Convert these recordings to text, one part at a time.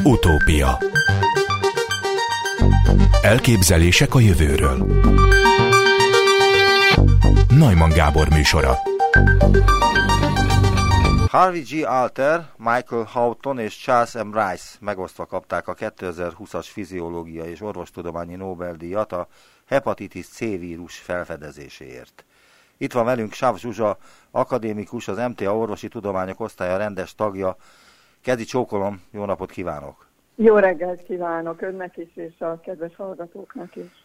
Utópia. Elképzelések a jövőről. Neumann Gábor műsora. Harvey G. Alter, Michael Houghton és Charles M. Rice megosztva kapták a 2020-as fiziológia és orvostudományi Nobel-díjat a hepatitis C vírus felfedezéséért. Itt van velünk Sav Zsuzsa, akadémikus, az MTA Orvosi Tudományok Osztálya rendes tagja. Kezi csókolom, jó napot kívánok! Jó reggelt kívánok önnek is, és a kedves hallgatóknak is!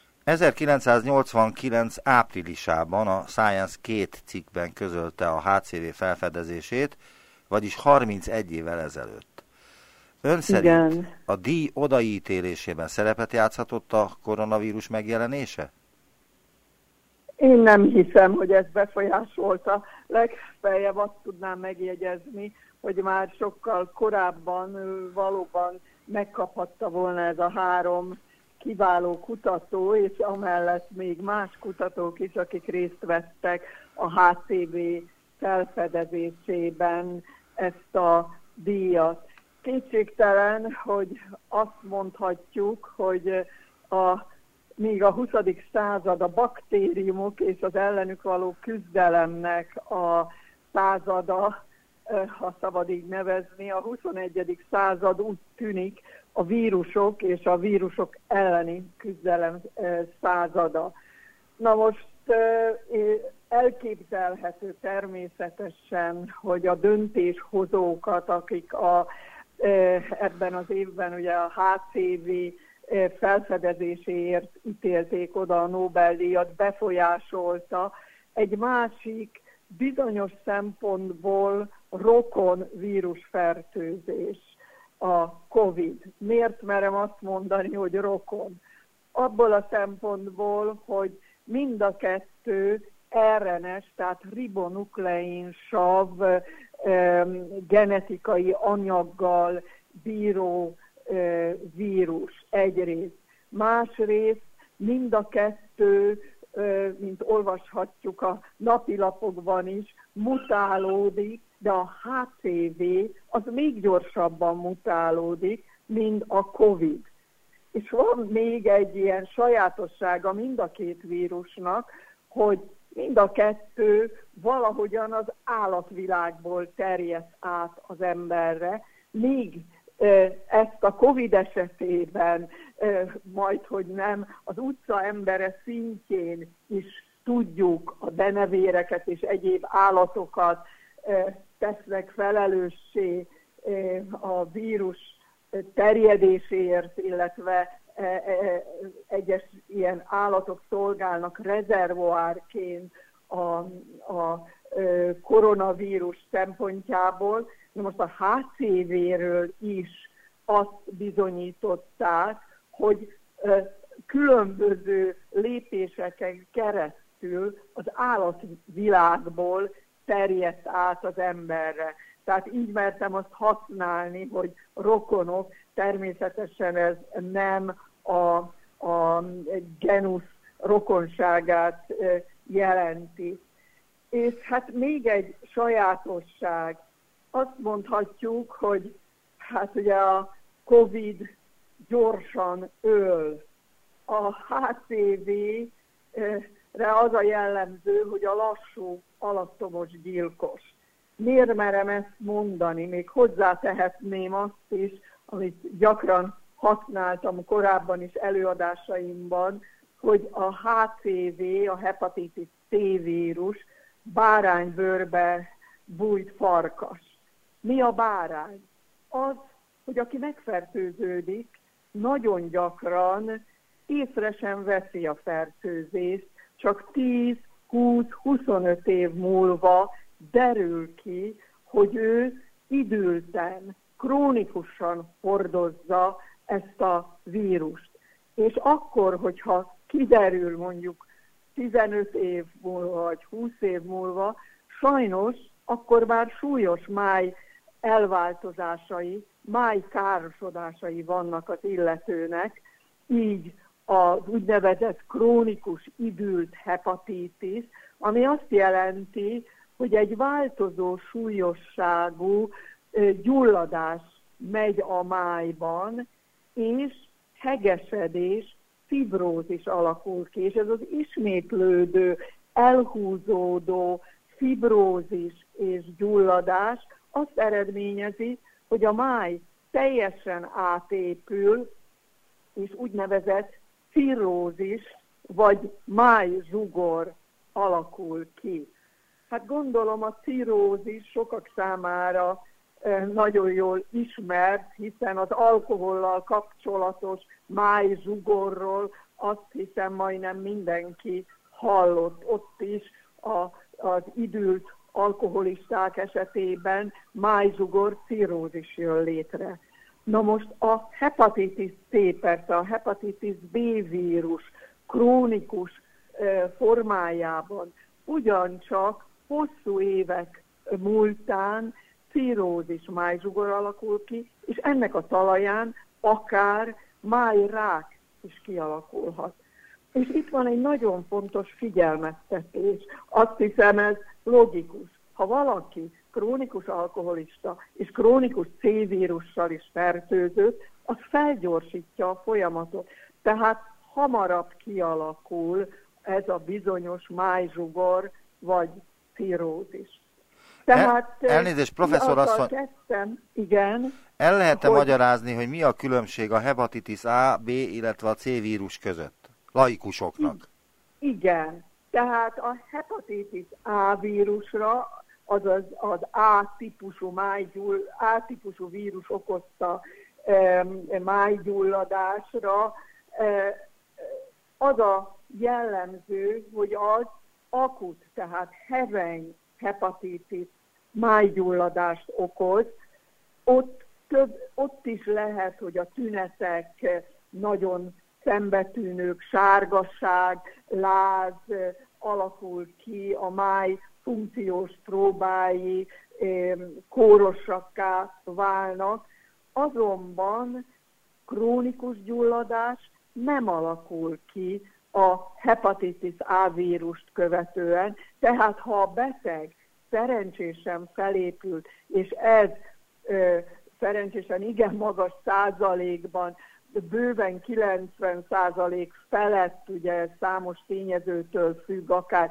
1989 áprilisában a Science 2 cikkben közölte a HCV felfedezését, vagyis 31 évvel ezelőtt. Ön szerint igen, a díj odaítélésében szerepet játszhatott a koronavírus megjelenése? Én nem hiszem, hogy ez befolyásolta. Legfeljebb azt tudnám megjegyezni, hogy már sokkal korábban valóban megkaphatta volna ez a 3 kiváló kutató, és amellett még más kutatók is, akik részt vettek a HCV felfedezésében ezt a díjat. Kétségtelen, hogy azt mondhatjuk, hogy még a 20. század a baktériumok és az ellenük való küzdelemnek a százada, ha szabad így nevezni, a 21. század úgy tűnik a vírusok és a vírusok elleni küzdelem százada. Na most elképzelhető természetesen, hogy a döntéshozókat, akik ebben az évben ugye a HCV felfedezéséért ítélték oda a Nobel-díjat, befolyásolta egy másik, bizonyos szempontból rokon vírusfertőzés, a COVID. Miért merem azt mondani, hogy rokon? Abból a szempontból, hogy mind a kettő RNS, tehát ribonukleinsav genetikai anyaggal bíró vírus egyrészt. Másrészt mind a kettő, mint olvashatjuk a napilapokban is, mutálódik, de a HCV az még gyorsabban mutálódik, mint a COVID. És van még egy ilyen sajátossága mind a két vírusnak, hogy mind a kettő valahogyan az állatvilágból terjed át az emberre, míg ezt a COVID esetében, majd hogy nem, az utca embere szintjén is tudjuk, a denevéreket és egyéb állatokat tesznek felelőssé a vírus terjedéséért, illetve egyes ilyen állatok szolgálnak rezervoárként a koronavírus szempontjából. Na most a HCV-ről is azt bizonyították, hogy különböző lépéseken keresztül az állatvilágból terjedt át az emberre. Tehát így mertem azt használni, hogy rokonok, természetesen ez nem a genusz rokonságát jelenti. És hát még egy sajátosság. Azt mondhatjuk, hogy hát ugye a COVID gyorsan öl. A HCV-re az a jellemző, hogy a lassú, alattomos gyilkos. Miért merem ezt mondani? Még hozzátehetném azt is, amit gyakran használtam korábban is előadásaimban, hogy a HCV, a hepatitis C vírus báránybőrbe bújt farkas. Mi a bárány? Az, hogy aki megfertőződik, nagyon gyakran észre sem veszi a fertőzést, csak 10-20-25 év múlva derül ki, hogy ő idülten, krónikusan hordozza ezt a vírust. És akkor, hogyha kiderül mondjuk 15 év múlva, vagy 20 év múlva, sajnos akkor már súlyos máj elváltozásai, máj károsodásai vannak az illetőnek, így az úgynevezett krónikus idült hepatitis, ami azt jelenti, hogy egy változó súlyosságú gyulladás megy a májban, és hegesedés, fibrózis alakul ki, és ez az ismétlődő, elhúzódó fibrózis és gyulladás azt eredményezi, hogy a máj teljesen átépül, és úgynevezett cirrózis, vagy májzsugor alakul ki. Hát gondolom a cirrózis sokak számára nagyon jól ismert, hiszen az alkohollal kapcsolatos májzsugorról azt hiszem majdnem mindenki hallott. Ott is az idült alkoholisták esetében májzsugor cirrózis jön létre. Na most a hepatitis C, persze a hepatitis B vírus krónikus formájában ugyancsak hosszú évek múltán cirrózis májzsugor alakul ki, és ennek a talaján akár májrák is kialakulhat. És itt van egy nagyon fontos figyelmeztetés. Azt hiszem, ez logikus. Ha valaki krónikus alkoholista és krónikus C-vírussal is fertőzött, az felgyorsítja a folyamatot. Tehát hamarabb kialakul ez a bizonyos májzsugor vagy cirrózis. Tehát, elnézést, professzor asszony, igen, el lehet-e magyarázni, hogy mi a különbség a hepatitis A, B, illetve a C vírus között? Laikusoknak. Igen, tehát a hepatitis A vírusra, azaz az A-típusú A-típusú vírus okozta májgyulladásra az a jellemző, hogy az akut, tehát heveny hepatitis májgyulladást okoz. Ott is lehet, hogy a tünetek nagyon szembetűnők, sárgasság, láz alakul ki, a máj funkciós próbái kórosakká válnak, azonban krónikus gyulladás nem alakul ki a hepatitis A vírust követően, tehát ha a beteg szerencsésen felépült, és ez szerencsésen igen magas százalékban, bőven 90% felett, ugye számos tényezőtől függ, akár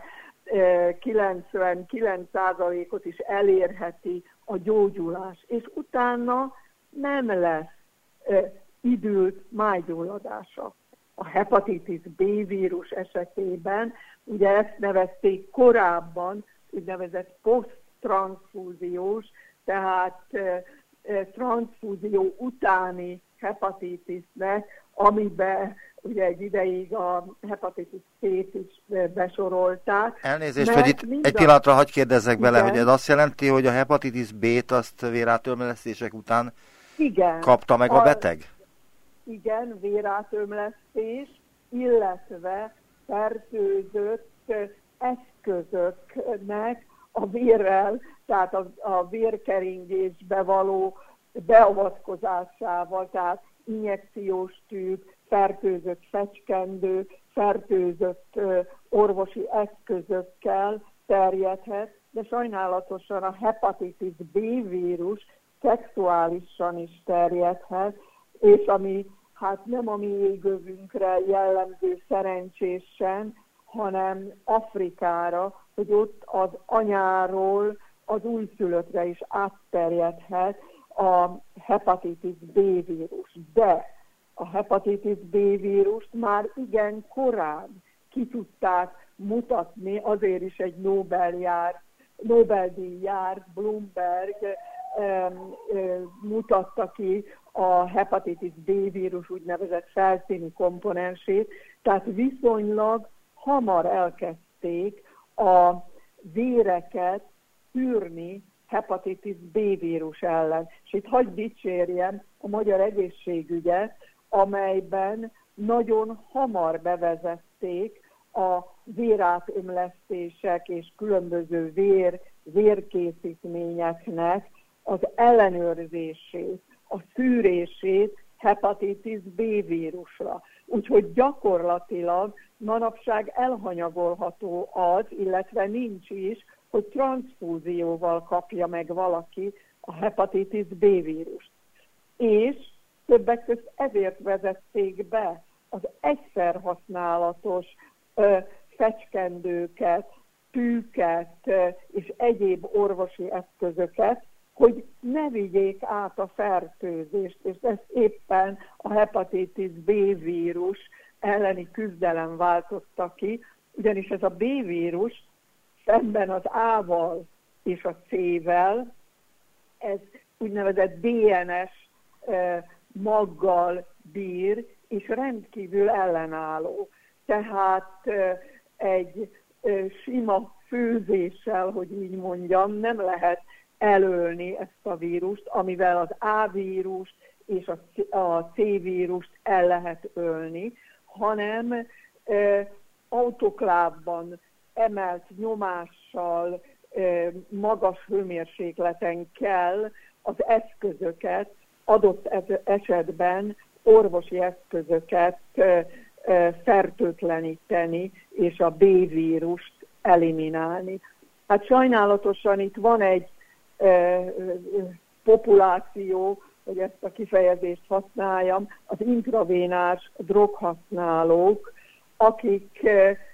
99%-ot is elérheti a gyógyulás, és utána nem lesz idült májgyulladása. A hepatitis B vírus esetében, ugye ezt nevezték korábban, úgynevezett poszttranszfúziós, tehát transzfúzió utáni hepatitisnek, amiben ugye egy ideig a hepatitis C-t is besorolták. Elnézést, hogy itt egy pillanatra hadd kérdezzek bele, hogy ez azt jelenti, hogy a hepatitis B-t azt vérátömlesztések után kapta meg a beteg? Igen, vérátömlesztés, illetve fertőzött eszközöknek a vérrel, tehát a vérkeringésbe való beavatkozásával, tehát injekciós tűb, fertőzött fecskendő, fertőzött orvosi eszközökkel terjedhet, de sajnálatosan a hepatitis B vírus szexuálisan is terjedhet, és ami hát nem a mi égövünkre jellemző szerencsésen, hanem Afrikára, hogy ott az anyáról az újszülöttre is átterjedhet a hepatitis B vírus. De a hepatitis B vírust már igen korán ki tudták mutatni, azért is egy Nobel-díj járt, Bloomberg mutatta ki a hepatitis B vírus úgynevezett felszíni komponensét, tehát viszonylag hamar elkezdték a véreket szűrni hepatitis B vírus ellen. És itt hadd dicsérjem a magyar egészségügyet, amelyben nagyon hamar bevezették a vérátömlesztések és különböző vérkészítményeknek az ellenőrzését, a szűrését hepatitis B vírusra. Úgyhogy gyakorlatilag manapság elhanyagolható az, illetve nincs is, hogy transzfúzióval kapja meg valaki a hepatitis B vírust. többek között ezért vezették be az egyszerhasználatos fecskendőket, tűket és egyéb orvosi eszközöket, hogy ne vigyék át a fertőzést, és ezt éppen a hepatitis B vírus elleni küzdelem változta ki, ugyanis ez a B vírus szemben az A-val és a C-vel, ez úgynevezett DNS maggal bír, és rendkívül ellenálló. Tehát egy sima főzéssel, hogy így mondjam, nem lehet elölni ezt a vírust, amivel az A vírust és a C vírust el lehet ölni, hanem autoklávban emelt nyomással, magas hőmérsékleten kell az eszközöket, adott esetben orvosi eszközöket fertőtleníteni, és a B vírust eliminálni. Hát sajnálatosan itt van egy populáció, hogy ezt a kifejezést használjam, az intravénás droghasználók, akik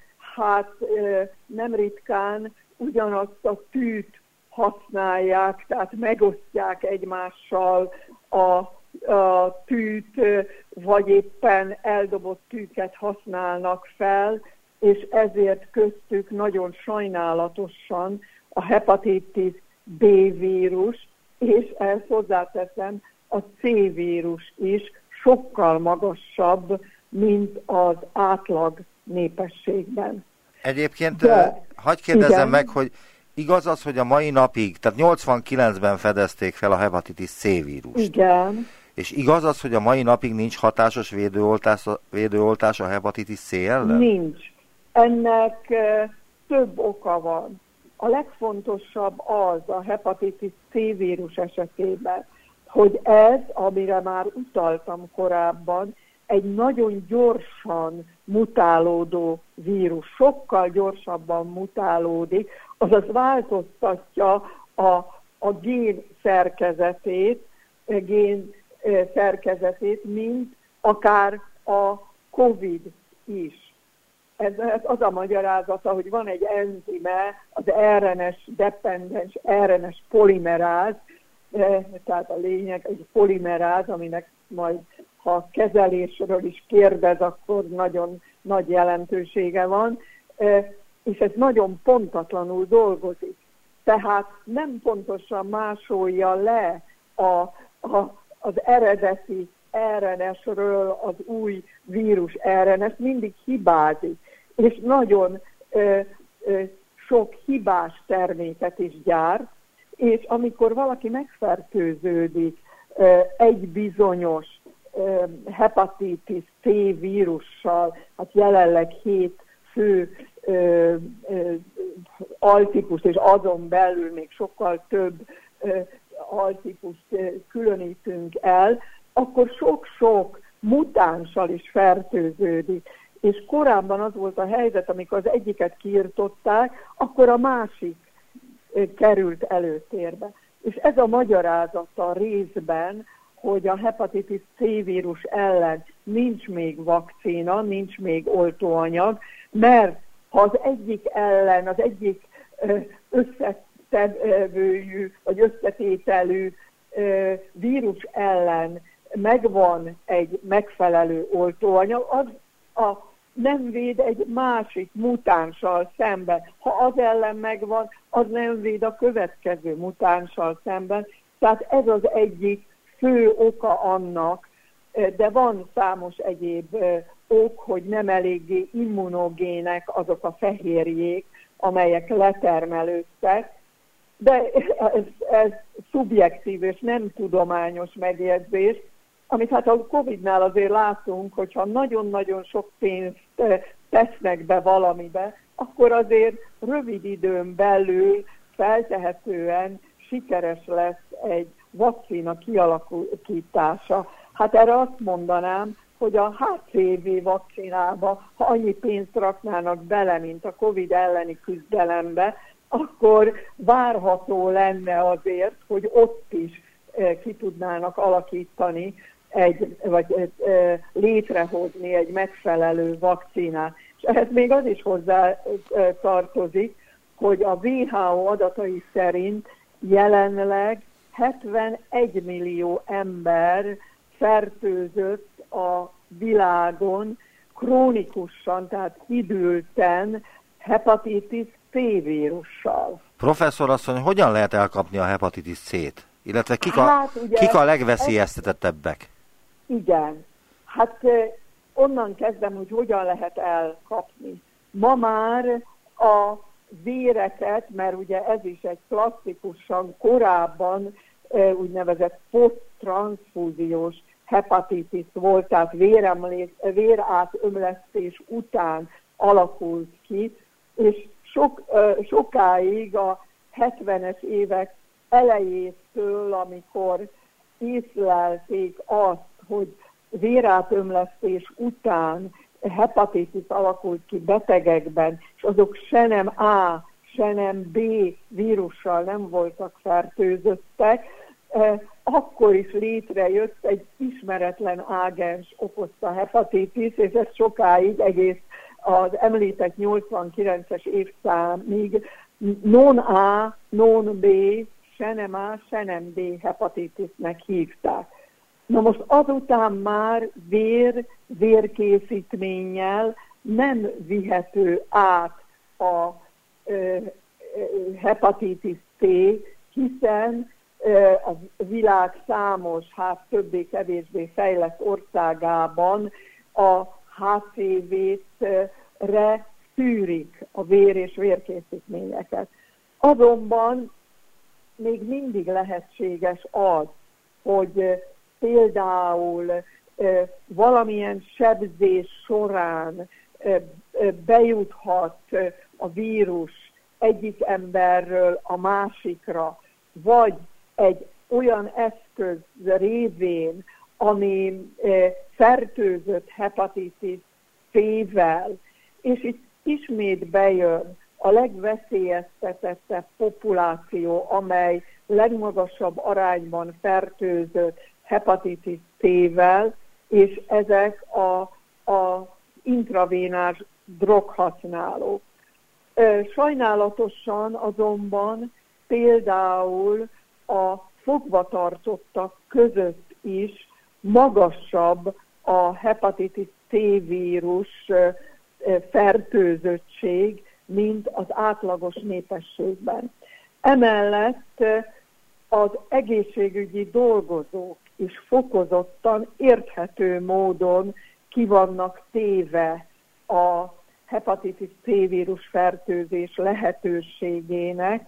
nem ritkán ugyanazt a tűt használják, tehát megosztják egymással a tűt, vagy éppen eldobott tűket használnak fel, és ezért köztük nagyon sajnálatosan a hepatitis B vírus, és ezt hozzáteszem, a C vírus is sokkal magasabb, mint az átlag népességben. Egyébként hadd kérdezzem meg, hogy igaz az, hogy a mai napig, tehát 89-ben fedezték fel a hepatitis C vírust. Igen. És igaz az, hogy a mai napig nincs hatásos védőoltás a hepatitis C ellen? Nincs. Ennek több oka van. A legfontosabb az a hepatitis C vírus esetében, hogy ez, amire már utaltam korábban, egy nagyon gyorsan mutálódó vírus, sokkal gyorsabban mutálódik, azaz változtatja a gén szerkezetét, mint akár a COVID is. Ez az a magyarázata, hogy van egy enzime, az RNS-dependens RNS polimeráz, tehát a lényeg egy polimeráz, aminek majd, ha kezelésről is kérdez, akkor nagyon nagy jelentősége van, és ez nagyon pontatlanul dolgozik. Tehát nem pontosan másolja le az eredeti RNS-ről az új vírus RNS, mindig hibázik, és nagyon sok hibás terméket is gyárt, és amikor valaki megfertőződik egy bizonyos hepatitis C vírussal, hát jelenleg 7 fő altípus, és azon belül még sokkal több altípust különítünk el, akkor sok-sok mutánssal is fertőződik. És korábban az volt a helyzet, amikor az egyiket kiirtották, akkor a másik került előtérbe. És ez a magyarázata részben, hogy a hepatitis C vírus ellen nincs még vakcína, nincs még oltóanyag, mert ha az egyik ellen, az egyik összetevőjű vagy összetételű vírus ellen megvan egy megfelelő oltóanyag, az nem véd egy másik mutánssal szemben. Ha az ellen megvan, az nem véd a következő mutánssal szemben. Tehát ez az egyik fő oka annak, de van számos egyéb ok, hogy nem eléggé immunogének azok a fehérjék, amelyek letermelődtek, de ez szubjektív és nem tudományos megjegyzés, amit hát a Covid-nál azért látunk, hogyha nagyon-nagyon sok pénzt tesznek be valamibe, akkor azért rövid időn belül feltehetően sikeres lesz egy vakcína kialakítása. Hát erre azt mondanám, hogy a HPV vakcinába, ha annyi pénzt raknának bele, mint a Covid elleni küzdelembe, akkor várható lenne azért, hogy ott is ki tudnának alakítani létrehozni egy megfelelő vakcinát. És ehhez még az is hozzá tartozik, hogy a WHO adatai szerint jelenleg 71 millió ember fertőzött a világon krónikusan, tehát kidülten hepatitis C vírussal. Professzor asszony, hogyan lehet elkapni a hepatitis C-t? Illetve ugye, kik a legveszélyeztetettebbek? Igen. Hát onnan kezdem, hogy hogyan lehet elkapni. Ma már a véreket, mert ugye ez is egy klasszikusan korábban úgynevezett poszttranszfúziós hepatitis volt, tehát vérátömlesztés után alakult ki, és sokáig a 70-es évek elejétől, amikor észlelték azt, hogy vérátömlesztés után hepatitis alakult ki betegekben, és azok se nem A, se nem B vírussal nem voltak fertőzöttek, akkor is létrejött egy ismeretlen ágens okozta hepatitis, és ez sokáig egész az említett 89-es évszámig non-A, non-B, se nem A, se nem B hepatitisnek hívták. Na most azután már vérkészítménnyel nem vihető át a hepatitis C, hiszen a világ számos, többé-kevésbé fejlett országában a HCV-re szűrik a vér és vérkészítményeket. Azonban még mindig lehetséges az, hogy például valamilyen sebzés során bejuthat a vírus egyik emberről a másikra, vagy egy olyan eszköz révén, ami fertőzött hepatitis C-vel, és itt ismét bejön a legveszélyeztetettebb populáció, amely legmagasabb arányban fertőzött hepatitis C-vel, és ezek a intravénás droghasználók. Sajnálatosan azonban például a fogvatartottak között is magasabb a hepatitis C vírus fertőzöttség, mint az átlagos népességben. Emellett az egészségügyi dolgozók is fokozottan, érthető módon ki vannak téve a hepatitis C vírus fertőzés lehetőségének,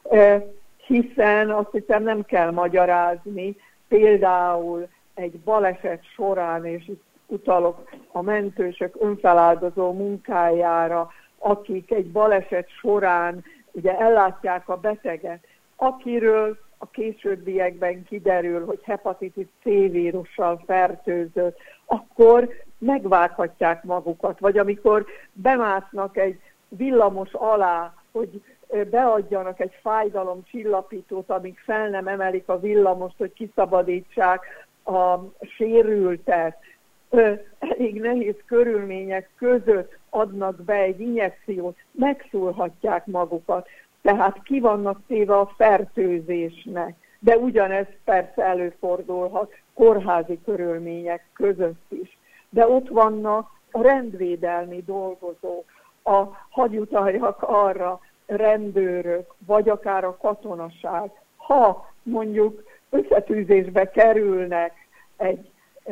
hiszen azt hiszem nem kell magyarázni, például egy baleset során, és itt utalok a mentősök önfeláldozó munkájára, akik egy baleset során ugye ellátják a beteget, akiről a későbbiekben kiderül, hogy hepatitis C vírussal fertőzött, akkor megvághatják magukat, vagy amikor bemásznak egy villamos alá, hogy beadjanak egy fájdalomcsillapítót, amíg fel nem emelik a villamost, hogy kiszabadítsák a sérültet. Elég nehéz körülmények között adnak be egy injekciót, megszúrhatják magukat, tehát ki vannak téve a fertőzésnek. De ugyanez persze előfordulhat kórházi körülmények között is. De ott vannak a rendvédelmi dolgozók, hagy utaljak arra, rendőrök, vagy akár a katonaság. Ha mondjuk összetűzésbe kerülnek egy,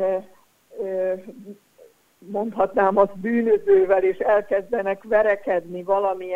mondhatnám azt, bűnözővel, és elkezdenek verekedni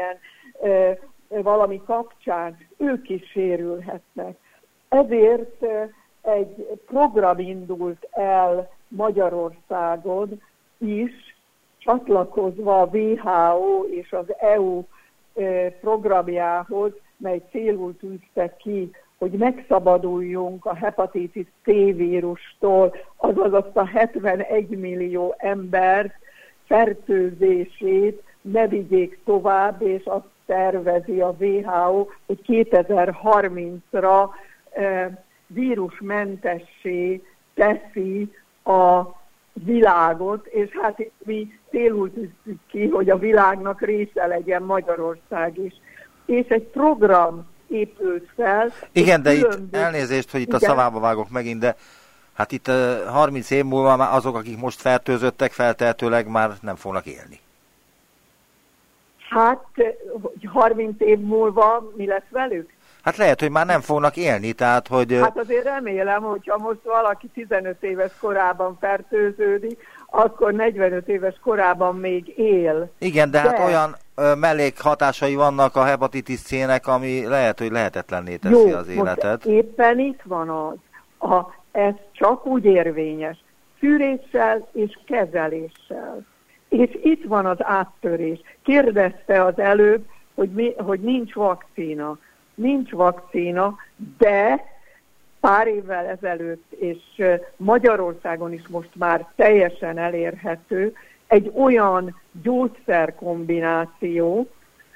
valami kapcsán, ők is sérülhetnek. Ezért egy program indult el Magyarországon is, csatlakozva a WHO és az EU programjához, mely célul tűzte ki, hogy megszabaduljunk a hepatitis C vírustól, azaz azt a 71 millió ember fertőzését ne vigyék tovább, és azt tervezi a WHO, hogy 2030-ra vírusmentessé teszi a világot, és hát itt mi célul tűztük ki, hogy a világnak része legyen Magyarország is. És egy program épült fel. Igen, de itt elnézést, hogy itt a szavába vágok megint, de hát itt 30 év múlva már azok, akik most fertőzöttek, feltehetőleg már nem fognak élni. Hát 30 év múlva mi lesz velük? Hát lehet, hogy már nem fognak élni, tehát hogy... Hát azért remélem, hogyha most valaki 15 éves korában fertőződik, akkor 45 éves korában még él. Igen, de hát olyan mellékhatásai vannak a hepatitis C-nek, ami lehet, hogy lehetetlenné teszi az életet. Éppen itt van az. Ez csak úgy érvényes. Szűréssel és kezeléssel. És itt van az áttörés. Kérdezte az előbb, hogy nincs vakcína. Nincs vakcína, de pár évvel ezelőtt, és Magyarországon is most már teljesen elérhető, egy olyan gyógyszerkombináció,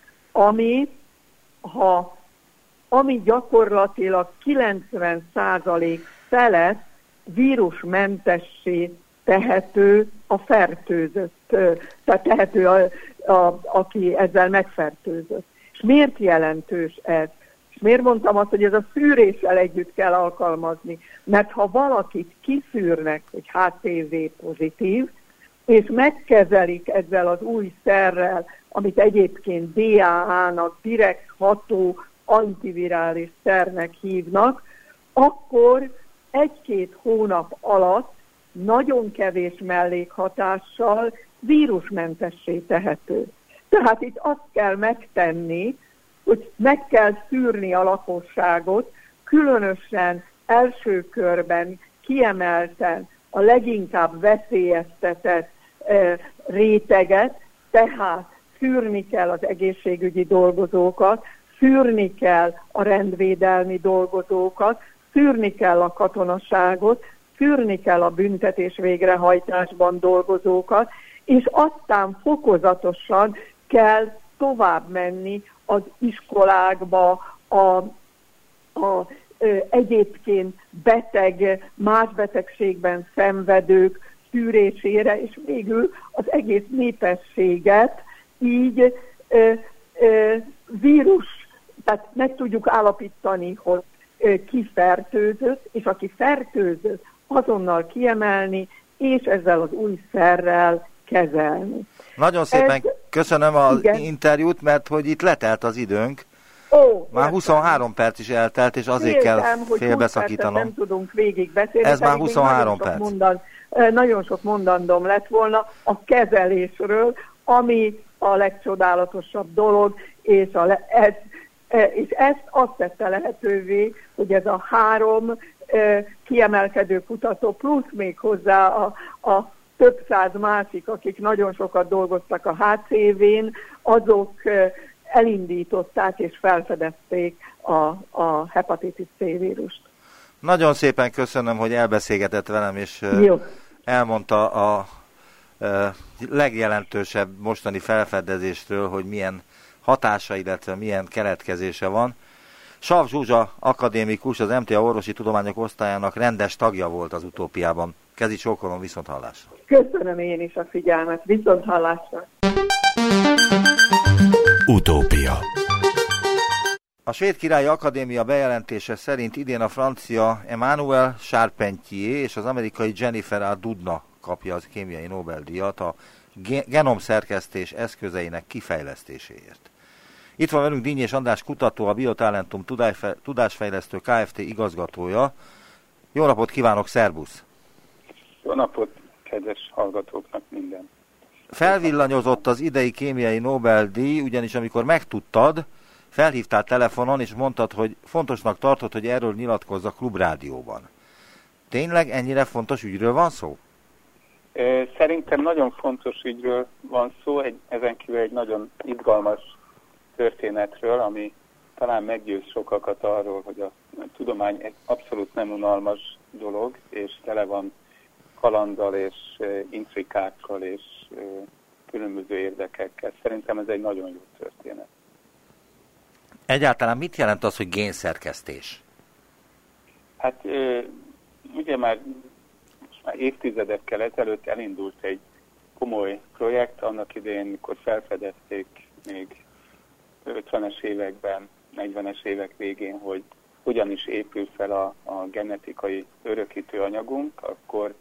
ami gyakorlatilag 90% felett vírusmentessé tehető a fertőzött, tehát tehető aki ezzel megfertőzött. És miért jelentős ez? És miért mondtam azt, hogy ez a szűréssel együtt kell alkalmazni? Mert ha valakit kiszűrnek, hogy HPV pozitív, és megkezelik ezzel az új szerrel, amit egyébként DAA-nak, direkt ható antivirális szernek hívnak, akkor 1-2 hónap alatt nagyon kevés mellékhatással vírusmentessé tehető. Tehát itt azt kell megtenni, hogy meg kell szűrni a lakosságot, különösen első körben kiemelten a leginkább veszélyeztetett réteget, tehát szűrni kell az egészségügyi dolgozókat, szűrni kell a rendvédelmi dolgozókat, szűrni kell a katonaságot, szűrni kell a büntetés végrehajtásban dolgozókat, és aztán fokozatosan kell tovább menni az iskolákba, egyébként más betegségben szenvedők szűrésére, és végül az egész népességet így tehát meg tudjuk állapítani, hogy ki fertőzött, és aki fertőzött, azonnal kiemelni, és ezzel az új szerrel kezelni. Nagyon szépen köszönöm az interjút, mert hogy itt letelt az időnk. Már 23 perc is eltelt, és azért kell félbeszakítanom. Nem tudunk végig beszélni. Ez már 23 perc. Nagyon sok mondandóm lett volna a kezelésről, ami a legcsodálatosabb dolog, és ezt azt tette lehetővé, hogy ez a 3 kiemelkedő kutató, plusz még hozzá a több száz másik, akik nagyon sokat dolgoztak a HCV-n, azok elindították és felfedezték a hepatitis C vírust. Nagyon szépen köszönöm, hogy elbeszélgetett velem, és elmondta a legjelentősebb mostani felfedezésről, hogy milyen hatása, illetve milyen keletkezése van. Sav Zsuzsa akadémikus, az MTA Orvosi Tudományok Osztályának rendes tagja volt az Utópiában. Kezi csókolom, viszonthallásra. Köszönöm én is a figyelmet, viszonthallásra. Utópia. A Svéd Királyi Akadémia bejelentése szerint idén a francia Emmanuel Charpentier és az amerikai Jennifer Doudna kapja az kémiai Nobel-díjat a genomszerkesztés eszközeinek kifejlesztéséért. Itt van velünk Dínyés András kutató, a Biotalentum tudásfejlesztő Kft. Igazgatója. Jó napot kívánok, szerbusz! Jó napot, kedves hallgatóknak minden! Felvillanyozott az idei kémiai Nobel-díj, ugyanis amikor megtudtad, felhívtál telefonon, és mondtad, hogy fontosnak tartod, hogy erről nyilatkozz a Klubrádióban. Tényleg ennyire fontos ügyről van szó? Szerintem nagyon fontos ügyről van szó, ezen kívül egy nagyon izgalmas történetről, ami talán meggyőz sokakat arról, hogy a tudomány egy abszolút nem unalmas dolog, és tele van kalanddal és intrikákkal és különböző érdekekkel. Szerintem ez egy nagyon jó történet. Egyáltalán mit jelent az, hogy génszerkesztés? Hát ugye már évtizedekkel ezelőtt elindult egy komoly projekt, annak idején, mikor felfedezték még 50-es években, 40-es évek végén, hogy hogyan is épül fel a genetikai örökítő anyagunk, akkor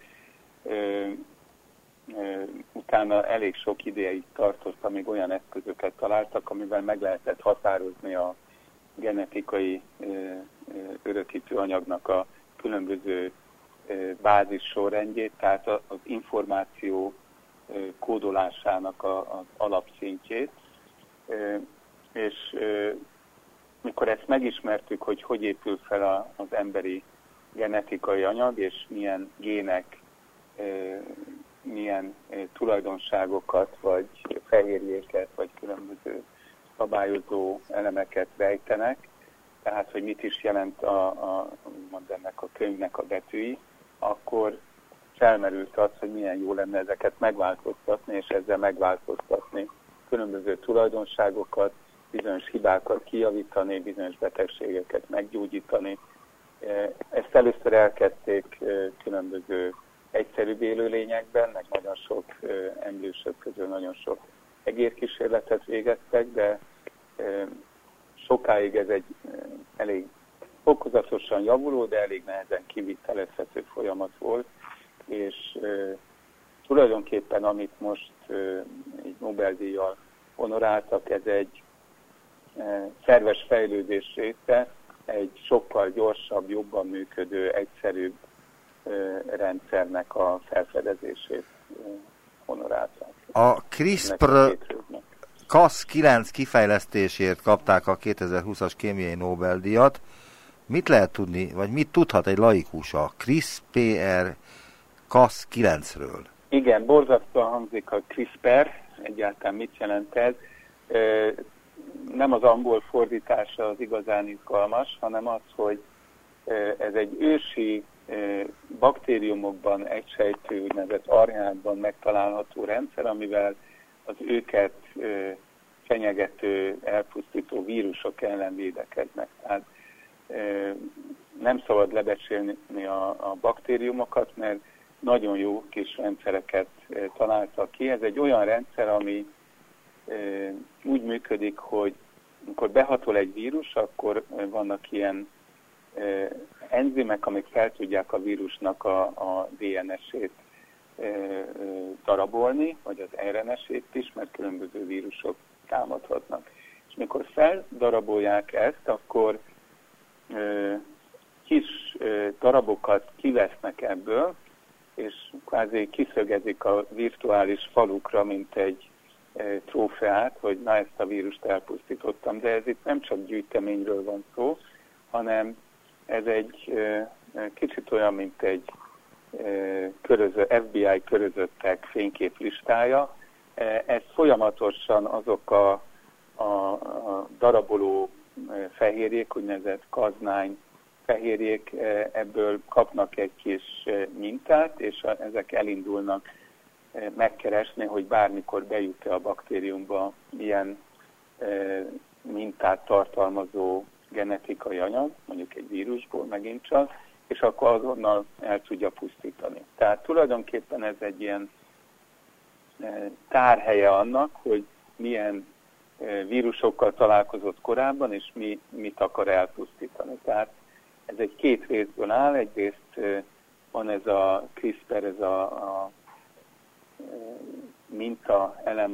utána elég sok ideig tartott, amíg olyan eszközöket találtak, amivel meg lehetett határozni a genetikai örökítő anyagnak a különböző bázis sorrendjét, tehát az információ kódolásának az alapszintjét. És mikor ezt megismertük, hogy épül fel az emberi genetikai anyag, és milyen gének, milyen tulajdonságokat, vagy fehérjéket, vagy különböző szabályozó elemeket rejtenek, tehát hogy mit is jelent ennek a könyvnek a betűi, akkor felmerült az, hogy milyen jó lenne ezeket megváltoztatni, és ezzel megváltoztatni különböző tulajdonságokat, bizonyos hibákat kijavítani, bizonyos betegségeket meggyógyítani. Ezt először elkezdték különböző egyszerűbb élőlényekben, meg nagyon sok emlősök közül nagyon sok egérkísérletet végeztek, de sokáig ez egy elég fokozatosan javuló, de elég nehezen kivitelezhető folyamat volt, és tulajdonképpen amit most egy Nobel-díjjal honoráltak, ez egy szerves fejlődés része, egy sokkal gyorsabb, jobban működő, egyszerűbb rendszernek a felfedezését honorálták. A CRISPR-Cas9 kifejlesztésért kapták a 2020-as kémiai Nobel-díjat. Mit lehet tudni, vagy mit tudhat egy laikus a CRISPR-Cas9-ről? Igen, borzasztóan hangzik a CRISPR, egyáltalán mit jelent ez. Nem az angol fordítása az igazán izgalmas, hanem az, hogy ez egy ősi baktériumokban egysejtő, úgynevezett arnyákban megtalálható rendszer, amivel az őket fenyegető, elpusztító vírusok ellen védekeznek. Tehát nem szabad lebecsülni a baktériumokat, mert nagyon jó kis rendszereket találtak ki. Ez egy olyan rendszer, ami úgy működik, hogy amikor behatol egy vírus, akkor vannak ilyen enzimek, amik fel tudják a vírusnak a DNS-ét darabolni, vagy az RNS-ét is, mert különböző vírusok támadhatnak. És mikor feldarabolják ezt, akkor kis darabokat kivesznek ebből, és kvázi kiszögezik a virtuális falukra, mint egy trófeát, hogy na, ezt a vírust elpusztítottam. De ez itt nem csak gyűjteményről van szó, hanem ez egy kicsit olyan, mint egy FBI körözöttek fényképlistája. Ez folyamatosan azok a daraboló fehérjék, úgynevezett Cas9 fehérjék, ebből kapnak egy kis mintát, és ezek elindulnak megkeresni, hogy bármikor bejut-e a baktériumba ilyen mintát tartalmazó genetikai anyag, mondjuk egy vírusból megint csak, és akkor azonnal el tudja pusztítani. Tehát tulajdonképpen ez egy ilyen tárhelye annak, hogy milyen vírusokkal találkozott korábban, és mit akar elpusztítani. Tehát ez egy két részből áll. Egyrészt van ez a CRISPR, ez a minta elem,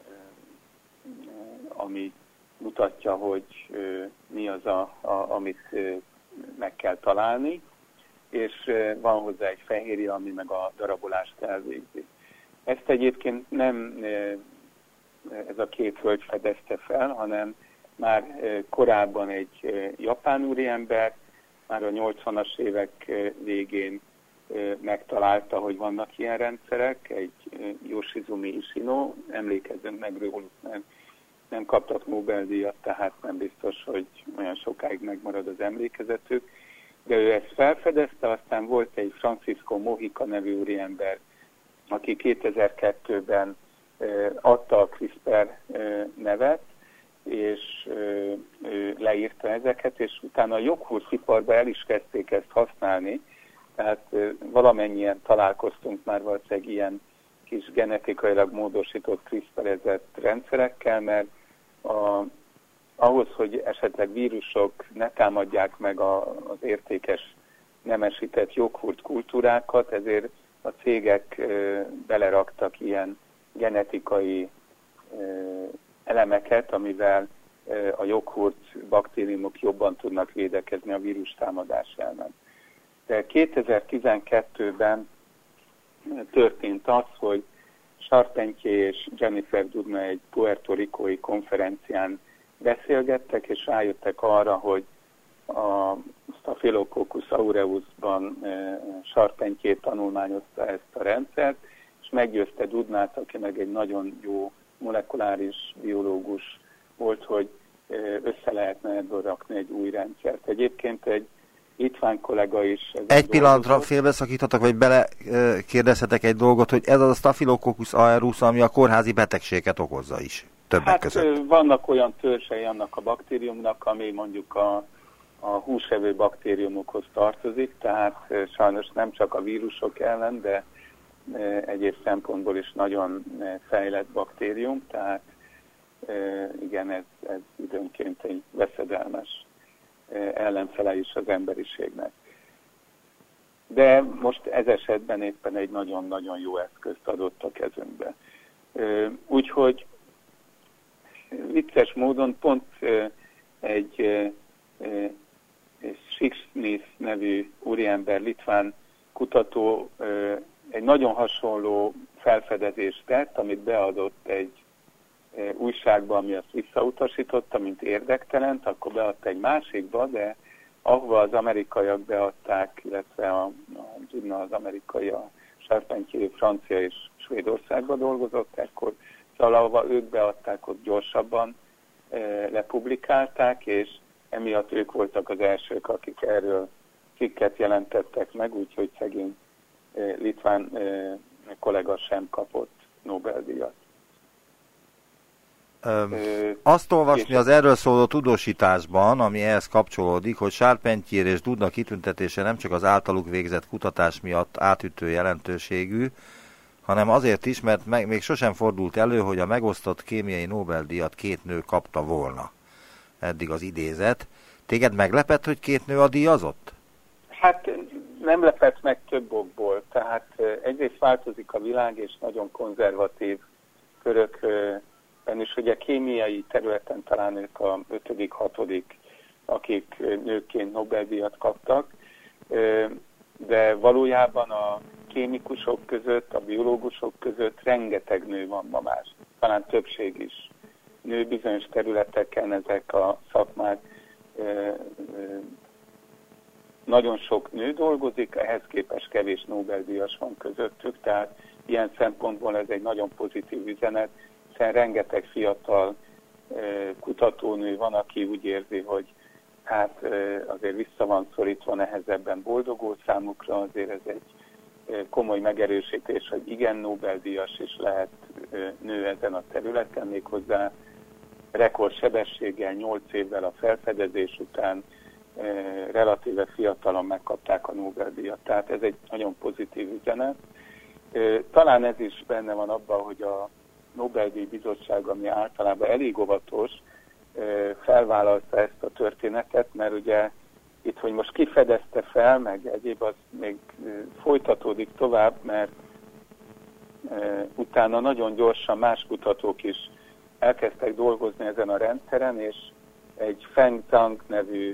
ami mutatja, hogy mi az, amit meg kell találni, és van hozzá egy fehérje, ami meg a darabolást elvégzi. Ezt egyébként nem ez a két hölgy fedezte fel, hanem már korábban egy japán úriember, már a 80-as évek végén megtalálta, hogy vannak ilyen rendszerek, egy Yoshizumi Ishino, emlékezzünk meg róluk, mert nem kaptak Nobel-díjat, tehát nem biztos, hogy olyan sokáig megmarad az emlékezetük, de ő ezt felfedezte, aztán volt egy Francisco Mojica nevű úriember, aki 2002-ben adta a CRISPR nevet, és leírta ezeket, és utána a joghurtiparban el is kezdték ezt használni, Tehát valamennyien találkoztunk már valószínűleg ilyen kis genetikailag módosított CRISPR-ezett rendszerekkel, mert ahhoz, hogy esetleg vírusok ne támadják meg az értékes nemesített joghurt kultúrákat, ezért a cégek beleraktak ilyen genetikai elemeket, amivel a joghurt baktériumok jobban tudnak védekezni a vírus támadás ellen. De 2012-ben történt az, hogy Charpentier és Jennifer Doudna egy Puerto Ricói konferencián beszélgettek, és rájöttek arra, hogy a Staphylococcus aureusban Charpentier tanulmányozta ezt a rendszert, és meggyőzte Doudnát, aki meg egy nagyon jó molekuláris biológus volt, hogy össze lehetne ebből rakni egy új rendszert. Egyébként egy litván kollega is... Egy pillanatra félbeszakíthatok, vagy belekérdezhetek egy dolgot, hogy ez az a Staphylococcus aureus, ami a kórházi betegséget okozza is, többek között. Vannak olyan törzsei annak a baktériumnak, ami mondjuk a húsevő baktériumokhoz tartozik, tehát sajnos nem csak a vírusok ellen, de egyéb szempontból is nagyon fejlett baktérium, tehát igen, ez időnként egy veszedelmes ellenfele is az emberiségnek. De most ez esetben éppen egy nagyon-nagyon jó eszközt adott a kezünkbe. Úgyhogy vicces módon pont egy Siksnis nevű úriember, litván kutató egy nagyon hasonló felfedezést tett, amit beadott egy újságba, ami azt visszautasította, mint érdektelent, akkor beadta egy másikba, de ahova az amerikaiak beadták, illetve az amerikai, a Charpentier francia és Svédországba dolgozott, akkor szóval ahova ők beadták, ott gyorsabban lepublikálták, és emiatt ők voltak az elsők, akik erről cikket jelentettek meg, úgyhogy szegény litván kollega sem kapott Nobel-díjat. Azt olvasni az erről szóló tudósításban, ami ehhez kapcsolódik, hogy Charpentier és Doudna kitüntetése nem csak az általuk végzett kutatás miatt átütő jelentőségű, hanem azért is, mert még sosem fordult elő, hogy a megosztott kémiai Nobel-díjat két nő kapta volna. Eddig az idézet. Téged meglepett, hogy két nő a díjazott? Hát nem lepett meg több okból. Tehát egyrészt változik a világ, és nagyon konzervatív körökben is, ugye kémiai területen talán ők a 5., 6., akik nőként Nobel-díjat kaptak, de valójában a kémikusok között, a biológusok között rengeteg nő van ma már, talán többség is. Nő bizonyos területeken ezek a szakmák, nagyon sok nő dolgozik, ehhez képest kevés Nobel-díjas van közöttük, tehát ilyen szempontból ez egy nagyon pozitív üzenet, hiszen rengeteg fiatal kutatónő van, aki úgy érzi, hogy hát azért vissza van szorítva, nehezebben boldogult számukra, azért ez egy komoly megerősítés, hogy igen, Nobel-díjas is lehet nő ezen a területen, méghozzá rekordsebességgel, 8 évvel a felfedezés után relatíve fiatalon megkapták a Nobel-díjat. Tehát ez egy nagyon pozitív üzenet. Talán ez is benne van abban, hogy a Nobel-díj bizottság, ami általában elég óvatos, felvállalta ezt a történetet, mert ugye itt, hogy most kifedezte fel, meg egyéb az még folytatódik tovább, mert utána nagyon gyorsan más kutatók is elkezdtek dolgozni ezen a rendszeren, és egy Feng Zhang nevű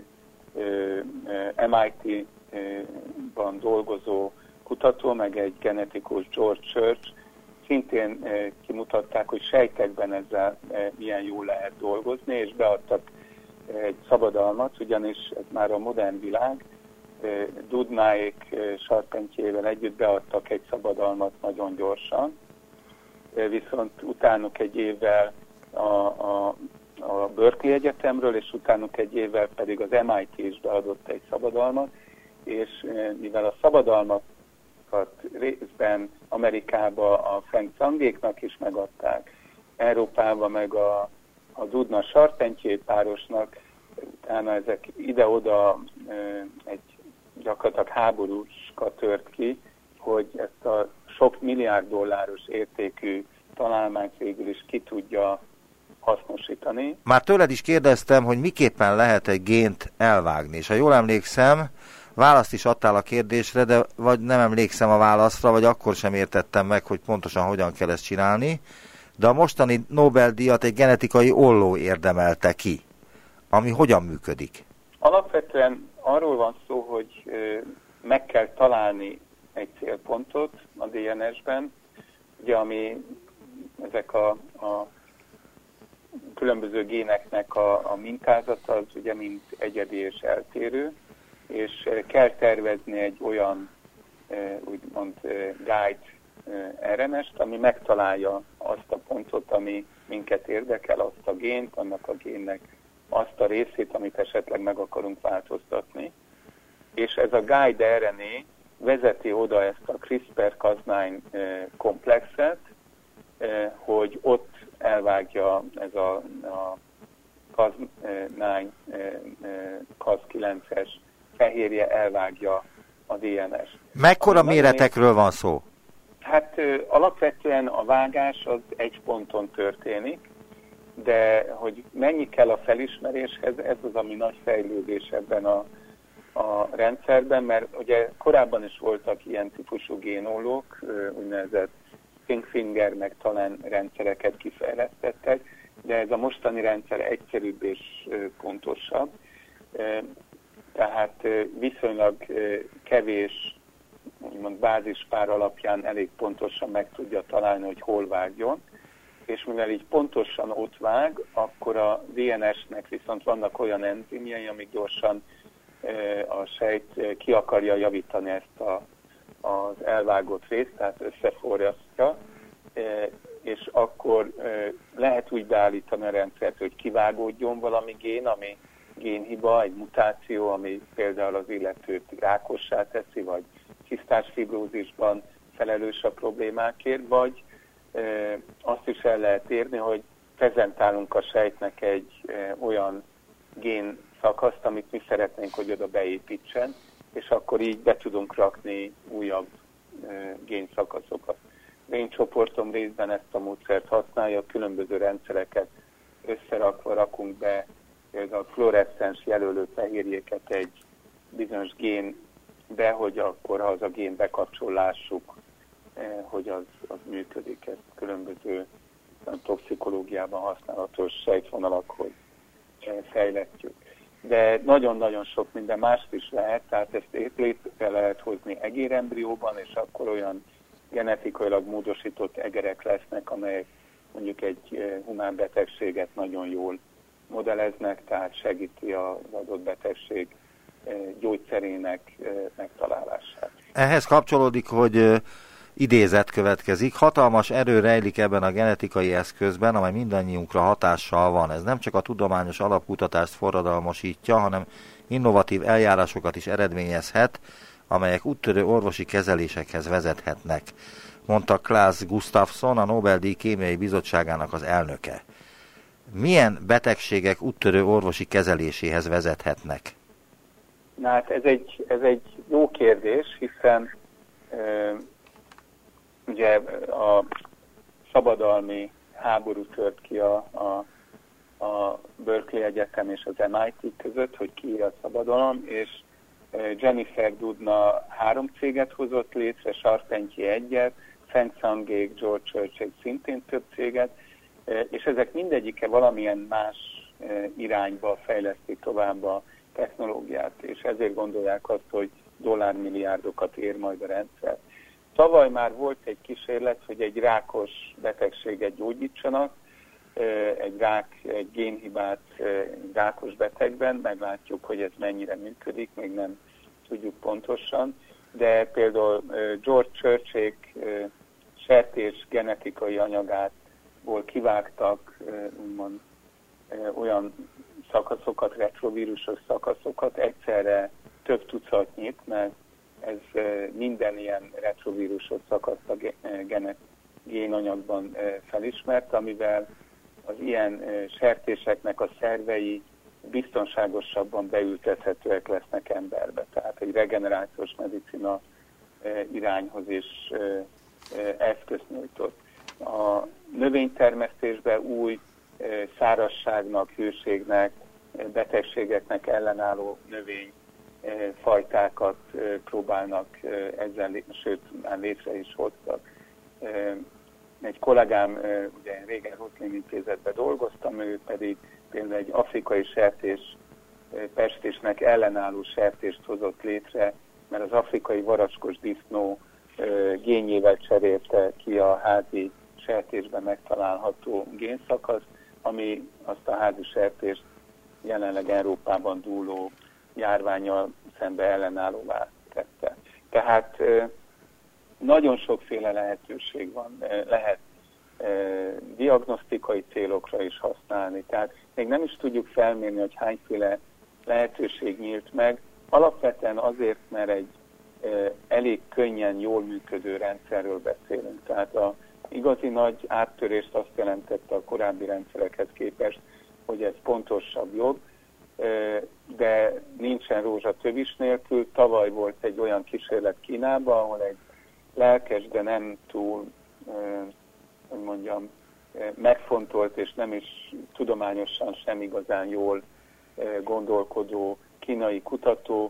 MIT-ban dolgozó kutató, meg egy genetikus George Church szintén kimutatták, hogy sejtekben ezzel milyen jól lehet dolgozni, és beadtak egy szabadalmat, ugyanis ez már a modern világ, Doudnáék Charpentierrel együtt beadtak egy szabadalmat nagyon gyorsan, viszont utánuk egy évvel a Berkeley Egyetemről, és utánuk egy évvel pedig az MIT is beadott egy szabadalmat, és mivel a szabadalmakat részben Amerikába a Feng Zhangéknak is megadták, Európába meg a Doudna Charpentier párosnak, utána ezek ide-oda egy gyakorlatilag háborúska tört ki, hogy ezt a sok milliárd dolláros értékű találmányt végül is ki tudja hasznosítani. Már tőled is kérdeztem, hogy miképpen lehet egy gént elvágni, és ha jól emlékszem, választ is adtál a kérdésre, de vagy nem emlékszem a válaszra, vagy akkor sem értettem meg, hogy pontosan hogyan kell ezt csinálni, de a mostani Nobel-díjat egy genetikai olló érdemelte ki, ami hogyan működik? Alapvetően arról van szó, hogy meg kell találni egy célpontot a DNS-ben, ugye, ami ezek a különböző géneknek a mintázata, az ugye mind egyedi és eltérő, és kell tervezni egy olyan úgymond guide RNS-t, ami megtalálja azt a pontot, ami minket érdekel, azt a gént, annak a génnek azt a részét, amit esetleg meg akarunk változtatni. És ez a guide RNA vezeti oda ezt a CRISPR-Cas9 komplexet, hogy ott elvágja ez a Cas9, Cas9-es fehérje elvágja a DNS-t. Mekkora méretekről van szó? Hát alapvetően a vágás az egy ponton történik, de hogy mennyi kell a felismeréshez, ez az, ami nagy fejlődés ebben a rendszerben, mert ugye korábban is voltak ilyen típusú génólók, úgynevezett Finger, meg talán rendszereket kifejlesztettek, de ez a mostani rendszer egyszerűbb és pontosabb. Tehát viszonylag kevés, úgymond bázispár alapján elég pontosan meg tudja találni, hogy hol vágjon, és mivel így pontosan ott vág, akkor a DNS-nek viszont vannak olyan enzimjei, amik gyorsan a sejt ki akarja javítani ezt az elvágott részt, tehát összeforrasztja, és akkor lehet úgy beállítani a rendszert, hogy kivágódjon valami gén, ami génhiba, egy mutáció, ami például az illetőt rákossá teszi, vagy cisztásfibrózisban felelős a problémákért, vagy azt is el lehet érni, hogy prezentálunk a sejtnek egy olyan gén szakaszt, amit mi szeretnénk, hogy oda beépítsen, és akkor így be tudunk rakni újabb génszakaszokat. Én csoportom részben ezt a módszert használja, különböző rendszereket összerakva rakunk be, például a fluoreszcens jelölő fehérjéket egy bizonyos génbe, hogy akkor, ha az a gén bekapcsol, lássuk, hogy az működik. Ez különböző toxikológiában használatos sejtvonalakhoz fejlesztjük. De nagyon-nagyon sok minden mást is lehet, tehát ezt létre lehet hozni egérembrióban, és akkor olyan genetikailag módosított egerek lesznek, amelyek mondjuk egy humán betegséget nagyon jól modelleznek, tehát segíti az adott betegség gyógyszerének megtalálását. Ehhez kapcsolódik, hogy idézet következik. Hatalmas erő rejlik ebben a genetikai eszközben, amely mindannyiunkra hatással van. Ez nem csak a tudományos alapkutatást forradalmasítja, hanem innovatív eljárásokat is eredményezhet, amelyek úttörő orvosi kezelésekhez vezethetnek, mondta Klaas Gustafsson, a Nobel-díj kémiai bizottságának az elnöke. Milyen betegségek úttörő orvosi kezeléséhez vezethetnek? Na hát ez egy jó kérdés, hiszen ugye a szabadalmi háború tört ki a Berkeley Egyetem és az MIT között, hogy ki a szabadalom, és Jennifer Doudna 3 céget hozott létre, Charpentier 1-et, Feng-Sangék, George Church szintén több céget, és ezek mindegyike valamilyen más irányba fejlesztik tovább a technológiát, és ezért gondolják azt, hogy dollármilliárdokat ér majd a rendszer. Tavaly már volt egy kísérlet, hogy egy rákos betegséget gyógyítsanak, egy génhibát egy rákos betegben, meglátjuk, hogy ez mennyire működik, még nem tudjuk pontosan, de például George Churchék sertés genetikai anyagátból kivágtak úgymond olyan szakaszokat, retrovírusos szakaszokat, egyszerre több tucatnyit, mert ez minden ilyen retrovírusos szakaszt a génanyagban felismert, amivel az ilyen sertéseknek a szervei biztonságosabban beültethetőek lesznek emberbe. Tehát egy regenerációs medicina irányhoz is eszközt nyújtott. A növénytermesztésben új szárazságnak, hőségnek, betegségeknek ellenálló növényfajtákat próbálnak ezzel, sőt, már létre is hoztak. Egy kollégám, ugye régen Rotling intézetben dolgoztam, ő pedig például egy afrikai sertés, pestésnek ellenálló sertést hozott létre, mert az afrikai varacskos disznó génjével cserélte ki a házi sertésben megtalálható génszakaszt, ami azt a házi sertést jelenleg Európában dúló járvánnyal szembe ellenállóvá tette. Tehát nagyon sokféle lehetőség van, lehet diagnosztikai célokra is használni. Tehát még nem is tudjuk felmérni, hogy hányféle lehetőség nyílt meg. Alapvetően azért, mert egy elég könnyen, jól működő rendszerről beszélünk. Tehát a igazi nagy áttörést azt jelentette a korábbi rendszerekhez képest, hogy ez pontosabb, jobb, de nincsen rózsa tövis nélkül. Tavaly volt egy olyan kísérlet Kínában, ahol egy lelkes, de nem túl, hogy mondjam, megfontolt és nem is tudományosan sem igazán jól gondolkodó kínai kutató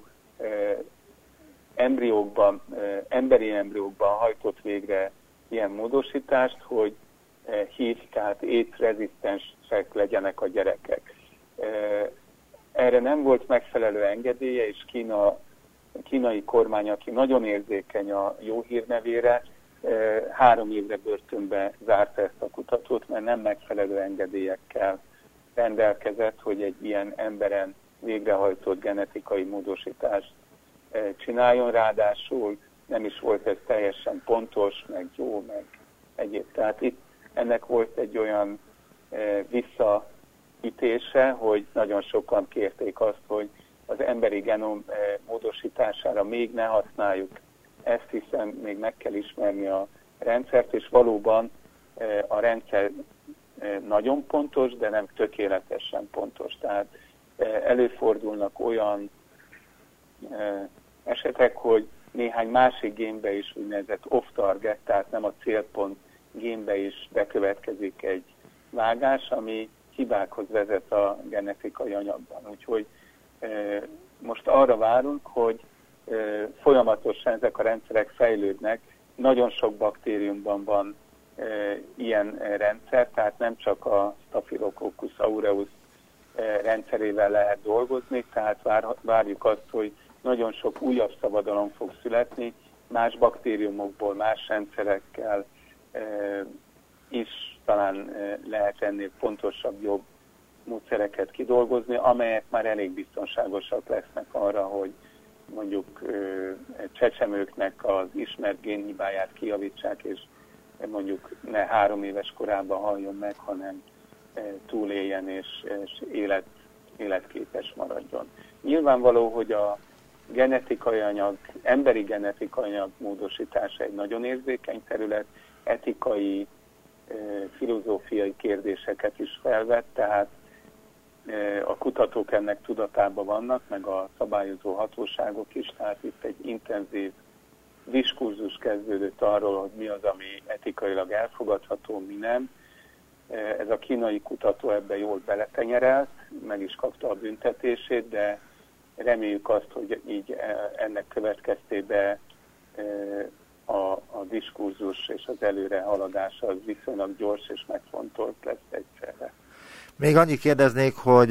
emberi embriókban hajtott végre ilyen módosítást, hogy HIV, tehát AIDS-rezisztensek legyenek a gyerekek. Erre nem volt megfelelő engedélye, és a kínai kormány, aki nagyon érzékeny a jó hírnevére, 3 évre börtönbe zárta ezt a kutatót, mert nem megfelelő engedélyekkel rendelkezett, hogy egy ilyen emberen végrehajtott genetikai módosítást csináljon, ráadásul nem is volt ez teljesen pontos, meg jó, meg egyéb. Tehát itt ennek volt egy olyan visszaütése, hogy nagyon sokan kérték azt, hogy az emberi genom módosítására még ne használjuk ezt, hiszen még meg kell ismerni a rendszert, és valóban a rendszer nagyon pontos, de nem tökéletesen pontos. Tehát előfordulnak olyan esetek, hogy néhány másik génbe is úgynevezett off-target, tehát nem a célpont génbe is bekövetkezik egy vágás, ami hibákhoz vezet a genetikai anyagban. Úgyhogy most arra várunk, hogy folyamatosan ezek a rendszerek fejlődnek. Nagyon sok baktériumban van ilyen rendszer, tehát nem csak a Staphylococcus aureus rendszerével lehet dolgozni, tehát várjuk azt, hogy nagyon sok újabb szabadalom fog születni, más baktériumokból, más rendszerekkel is talán lehet ennél pontosabb, jobb módszereket kidolgozni, amelyek már elég biztonságosak lesznek arra, hogy mondjuk csecsemőknek az ismert génhibáját kijavítsák, és mondjuk ne 3 éves korában haljon meg, hanem túléljen és életképes maradjon. Nyilvánvaló, hogy a genetikai anyag, emberi genetikai anyag módosítása egy nagyon érzékeny terület, etikai, filozófiai kérdéseket is felvet, tehát a kutatók ennek tudatában vannak, meg a szabályozó hatóságok is, tehát itt egy intenzív diskurzus kezdődött arról, hogy mi az, ami etikailag elfogadható, mi nem. Ez a kínai kutató ebben jól beletenyerelt, meg is kapta a büntetését, de reméljük azt, hogy így ennek következtében a diskurzus és az előrehaladás az viszonylag gyors és megfontolt lesz egyszerre. Még annyit kérdeznék, hogy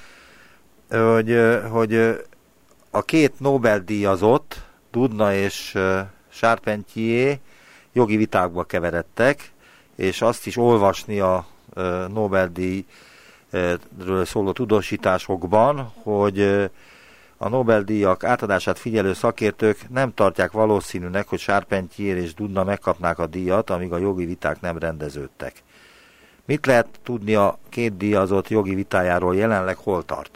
a 2 Nobel-díjazott, Doudna és Charpentier jogi vitákba keveredtek, és azt is olvasni a Nobel-díjról szóló tudósításokban, hogy a Nobel-díjak átadását figyelő szakértők nem tartják valószínűnek, hogy Charpentier és Doudna megkapnák a díjat, amíg a jogi viták nem rendeződtek. Mit lehet tudni a 2 díjazott jogi vitájáról, jelenleg hol tart?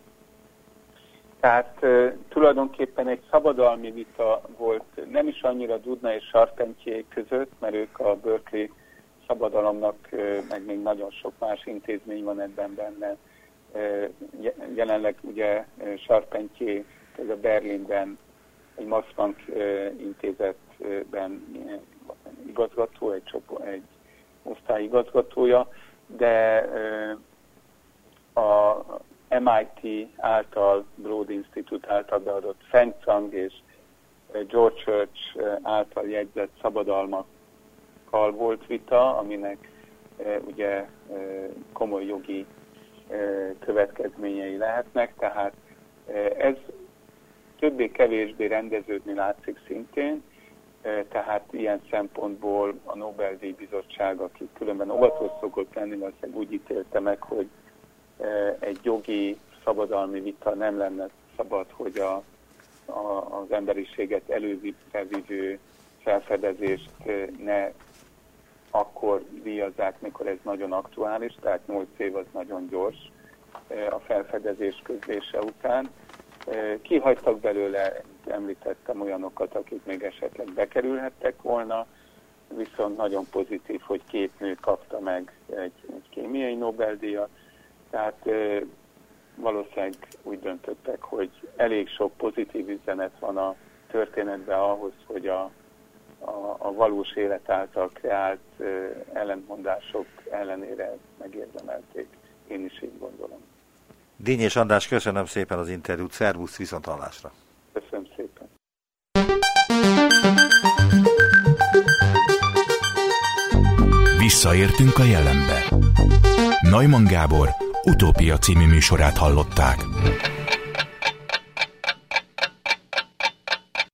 Tehát tulajdonképpen egy szabadalmi vita volt, nem is annyira Doudna és Charpentier között, mert ők a Berkeley szabadalomnak, meg még nagyon sok más intézmény van ebben benne, Jelenleg ugye Charpentier, ez a Berlinben egy Max Planck intézetben igazgató, egy osztály igazgatója, de a MIT által, Broad Institute által beadott Feng Zhang és George Church által jegyzett szabadalmakkal volt vita, aminek ugye komoly jogi következményei lehetnek, tehát ez többé-kevésbé rendeződni látszik szintén, tehát ilyen szempontból a Nobel-díj bizottság, aki különben óvatos szokott lenni, valószínűleg úgy ítélte meg, hogy egy jogi szabadalmi vita nem lenne szabad, hogy az emberiséget elővivő felfedezést ne akkor díjazzák, mikor ez nagyon aktuális, tehát 8 év az nagyon gyors a felfedezés közlése után. Kihagytak belőle, említettem olyanokat, akik még esetleg bekerülhettek volna, viszont nagyon pozitív, hogy 2 nő kapta meg egy kémiai Nobel-díjat, tehát valószínűleg úgy döntöttek, hogy elég sok pozitív üzenet van a történetben ahhoz, hogy a valós élet által kreált ellentmondások ellenére megérdemelték. Én is így gondolom. Dínyés András, köszönöm szépen az interjút, szervusz, viszonthallásra. Köszönöm szépen. Visszaértünk a jelenbe. Neumann Gábor Utópia című műsorát hallották.